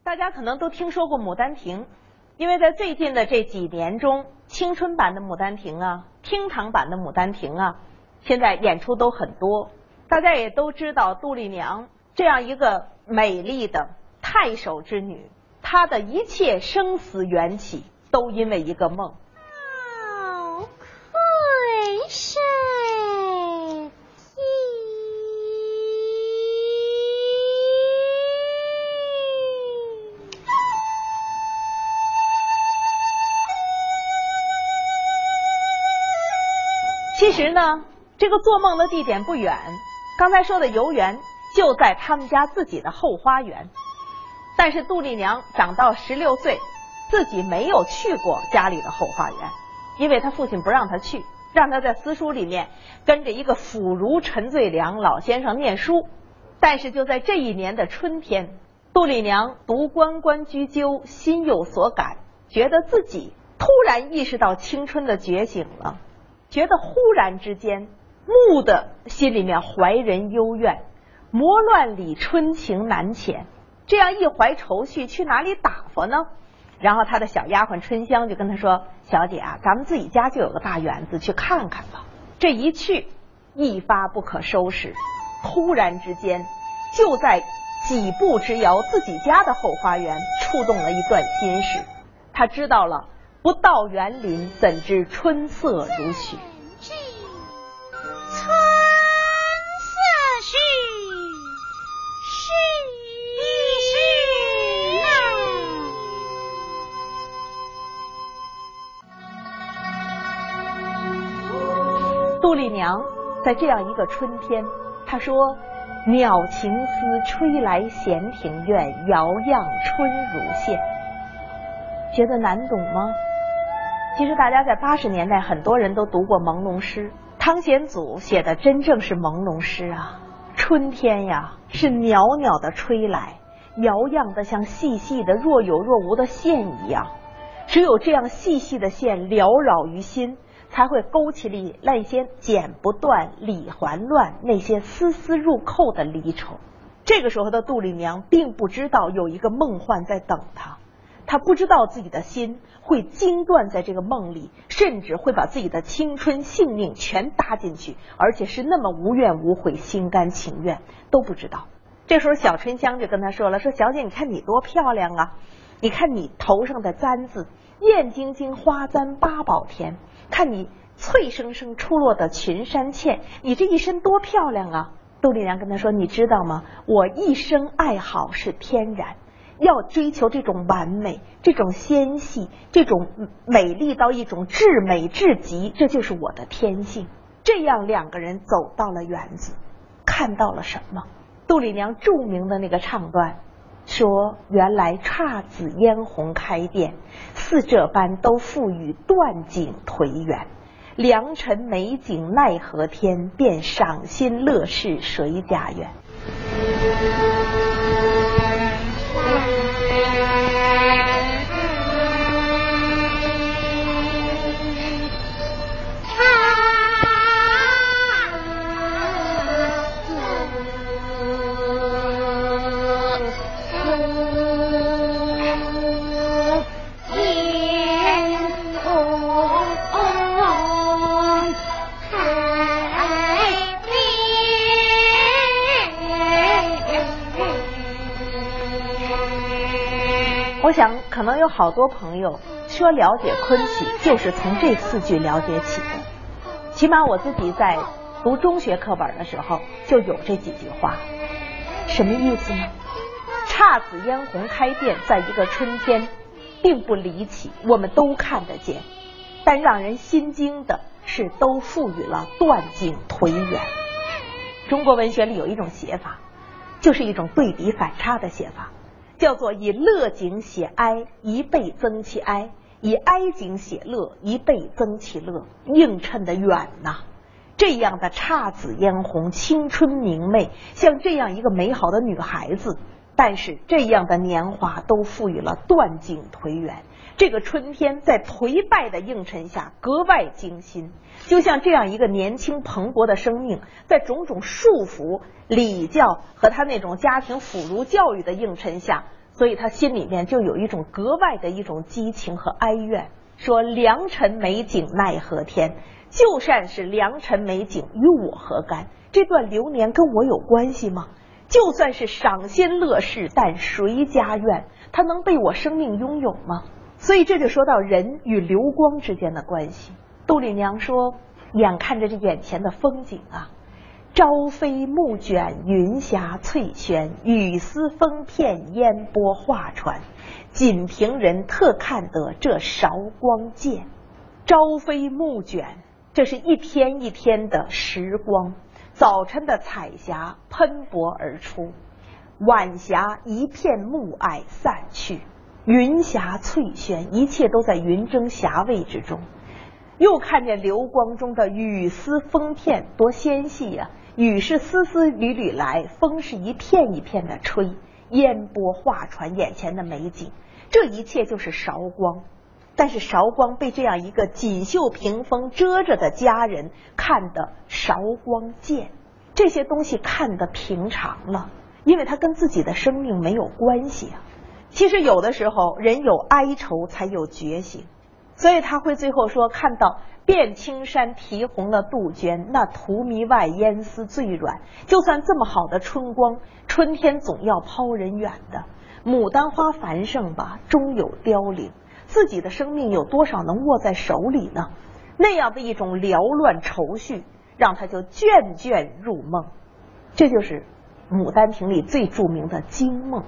大家可能都听说过《牡丹亭》，因为在最近的这几年中，青春版的《牡丹亭》啊，厅堂版的《牡丹亭》啊，现在演出都很多。大家也都知道，杜丽娘这样一个美丽的太守之女，她的一切生死缘起都因为一个梦。 愧谁其实呢，这个做梦的地点不远，刚才说的游园就在他们家自己的后花园。但是杜丽娘长到16岁，自己没有去过家里的后花园，因为她父亲不让她去，让她在私塾里面跟着一个腐儒陈最良老先生念书。但是就在这一年的春天，杜丽娘读关关雎鸠，心有所感，觉得自己突然意识到青春的觉醒了，觉得忽然之间蓦地心里面怀人幽怨，魔乱里春情难遣，这样一怀愁绪，去哪里打发呢？然后他的小丫鬟春香就跟他说，小姐啊，咱们自己家就有个大园子，去看看吧。这一去一发不可收拾，突然之间就在几步之遥自己家的后花园触动了一段心事。他知道了，不到园林怎知春色如许， 春色许是杜丽娘在这样一个春天，她说，鸟情丝吹来闲庭院，遥漾春如现。觉得难懂吗？其实大家在80年代很多人都读过朦胧诗，汤显祖写的真正是朦胧诗啊。春天呀，是袅袅的吹来，摇漾的像细细的若有若无的线一样，只有这样细细的线缭绕于心，才会勾起那些剪不断理还乱，那些丝丝入扣的离愁。这个时候的杜丽娘并不知道有一个梦幻在等她，她不知道自己的心会惊断在这个梦里，甚至会把自己的青春性命全搭进去，而且是那么无怨无悔，心甘情愿，都不知道。这时候小春香就跟她说了，说小姐，你看你多漂亮啊，你看你头上的簪子，艳晶晶花簪八宝田，看你脆生生出落的群山茜，你这一身多漂亮啊。杜丽娘跟她说，你知道吗，我一生爱好是天然，要追求这种完美，这种纤细，这种美丽到一种至美至极，这就是我的天性。这样两个人走到了园子，看到了什么？杜丽娘著名的那个唱段说，原来姹紫嫣红开遍，似这般都付与断井颓垣。良辰美景奈何天，便赏心乐事谁家园。我想可能有好多朋友说了解昆曲就是从这4句了解起的，起码我自己在读中学课本的时候就有这几句话。什么意思呢？姹紫嫣红开遍，在一个春天并不离奇，我们都看得见，但让人心惊的是都赋予了断井颓垣。中国文学里有一种写法，就是一种对比反差的写法，叫做以乐景写哀，一倍增其哀；以哀景写乐，一倍增其乐，映衬得远呐。这样的姹紫嫣红，青春明媚，像这样一个美好的女孩子，但是这样的年华都赋予了断井颓垣。这个春天在颓败的映衬下格外惊心，就像这样一个年轻蓬勃的生命，在种种束缚、礼教和他那种家庭腐儒教育的映衬下， 所以他心里面就有一种格外的一种激情和哀怨，说良辰美景奈何天，就算是良辰美景与我何干？这段流年跟我有关系吗？就算是赏心乐事，但谁家院？它能被我生命拥有吗？所以这就说到人与流光之间的关系。杜丽娘说，眼看着这眼前的风景啊，朝飞暮卷，云霞翠轩，雨丝风片，烟波画船，仅凭人特看得这韶光渐。朝飞暮卷，这是一天一天的时光，早晨的彩霞喷薄而出，晚霞一片暮霭散去，云霞翠轩，一切都在云蒸霞蔚之中。又看见流光中的雨丝风片，多纤细呀！雨是丝丝缕缕来，风是一片一片的吹，烟波画船，眼前的美景，这一切就是韶光。但是韶光被这样一个锦绣屏风遮着的家人看得韶光渐，这些东西看得平常了，因为它跟自己的生命没有关系啊。其实有的时候人有哀愁才有觉醒，所以他会最后说，看到遍青山啼红了杜鹃，那荼蘼外烟丝最软。就算这么好的春光，春天总要抛人远的。牡丹花繁盛吧，终有凋零。自己的生命有多少能握在手里呢？那样的一种缭乱愁绪，让他就眷眷入梦。这就是《牡丹亭》里最著名的惊梦。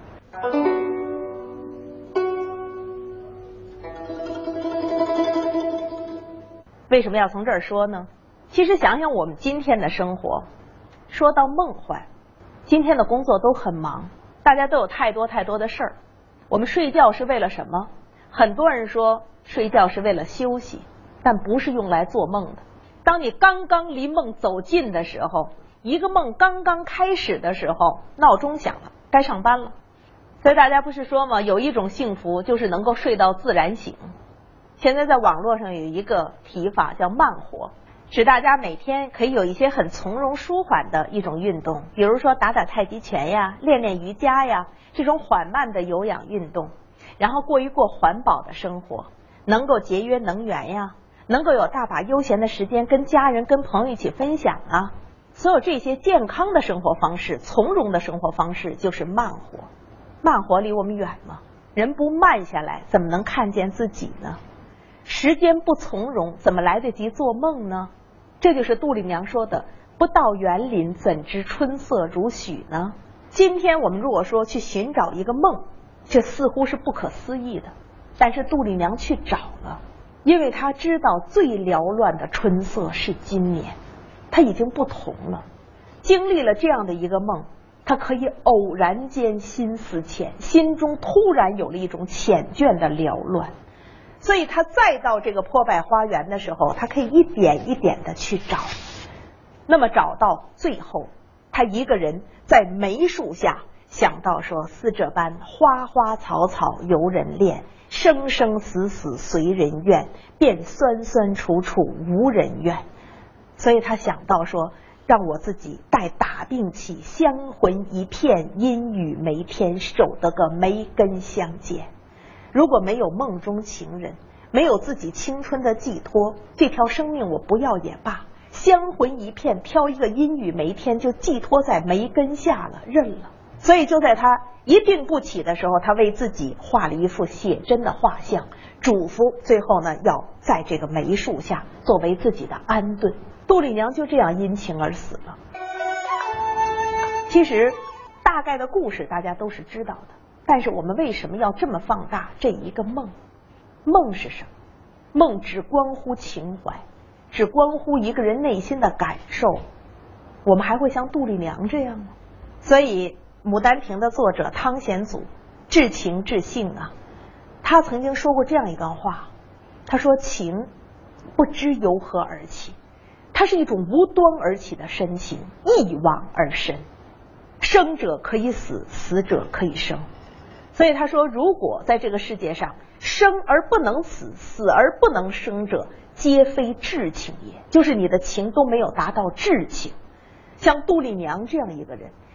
为什么要从这儿说呢？其实想想我们今天的生活，说到梦幻，今天的工作都很忙，大家都有太多的事儿。我们睡觉是为了什么？很多人说睡觉是为了休息，但不是用来做梦的。当你刚刚离梦走近的时候，一个梦刚刚开始的时候，闹钟响了，该上班了。所以大家不是说吗？有一种幸福就是能够睡到自然醒。现在在网络上有一个提法叫慢活，使大家每天可以有一些很从容舒缓的一种运动，比如说打打太极拳呀，练练瑜伽呀，这种缓慢的有氧运动，然后过一过环保的生活，能够节约能源呀，能够有大把悠闲的时间跟家人跟朋友一起分享啊。所有这些健康的生活方式，从容的生活方式就是慢活。慢活离我们远吗？人不慢下来怎么能看见自己呢？时间不从容怎么来得及做梦呢？这就是杜丽娘说的，不到园林怎知春色如许呢？今天我们如果说去寻找一个梦，这似乎是不可思议的，但是杜丽娘去找了，因为她知道最缭乱的春色是今年，她已经不同了。经历了这样的一个梦，她可以偶然间心思浅，心中突然有了一种缱绻的缭乱，所以他再到这个破败花园的时候，他可以一点一点的去找。那么找到最后，他一个人在梅树下想到说，似这般花花草草由人恋，生生死死随人愿，便酸酸楚楚无人怨。所以他想到说，让我自己待打病起，香魂一片，阴雨梅天，守得个梅根相见。如果没有梦中情人，没有自己青春的寄托，这条生命我不要也罢，香魂一片，挑一个阴雨梅天就寄托在梅根下了，认了。所以就在他一病不起的时候，他为自己画了一幅写真的画像，嘱咐最后呢要在这个梅树下作为自己的安顿。杜丽娘就这样因情而死了。其实大概的故事大家都是知道的，但是我们为什么要这么放大这一个梦？梦是什么？梦只关乎情怀，只关乎一个人内心的感受。我们还会像杜丽娘这样吗？所以《牡丹亭》的作者汤显祖至情至性啊，他曾经说过这样一段话，他说情不知由何而起，它是一种无端而起的深情，一往而深，生者可以死，死者可以生。所以他说，如果在这个世界上生而不能死，死而不能生者，皆非至情也，就是你的情都没有达到至情。像杜丽娘这样一个人，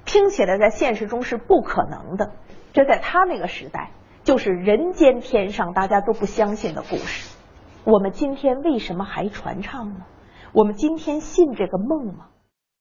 听起来在现实中是不可能的，这在他那个时代就是人间天上大家都不相信的故事。我们今天为什么还传唱呢？我们今天信这个梦吗？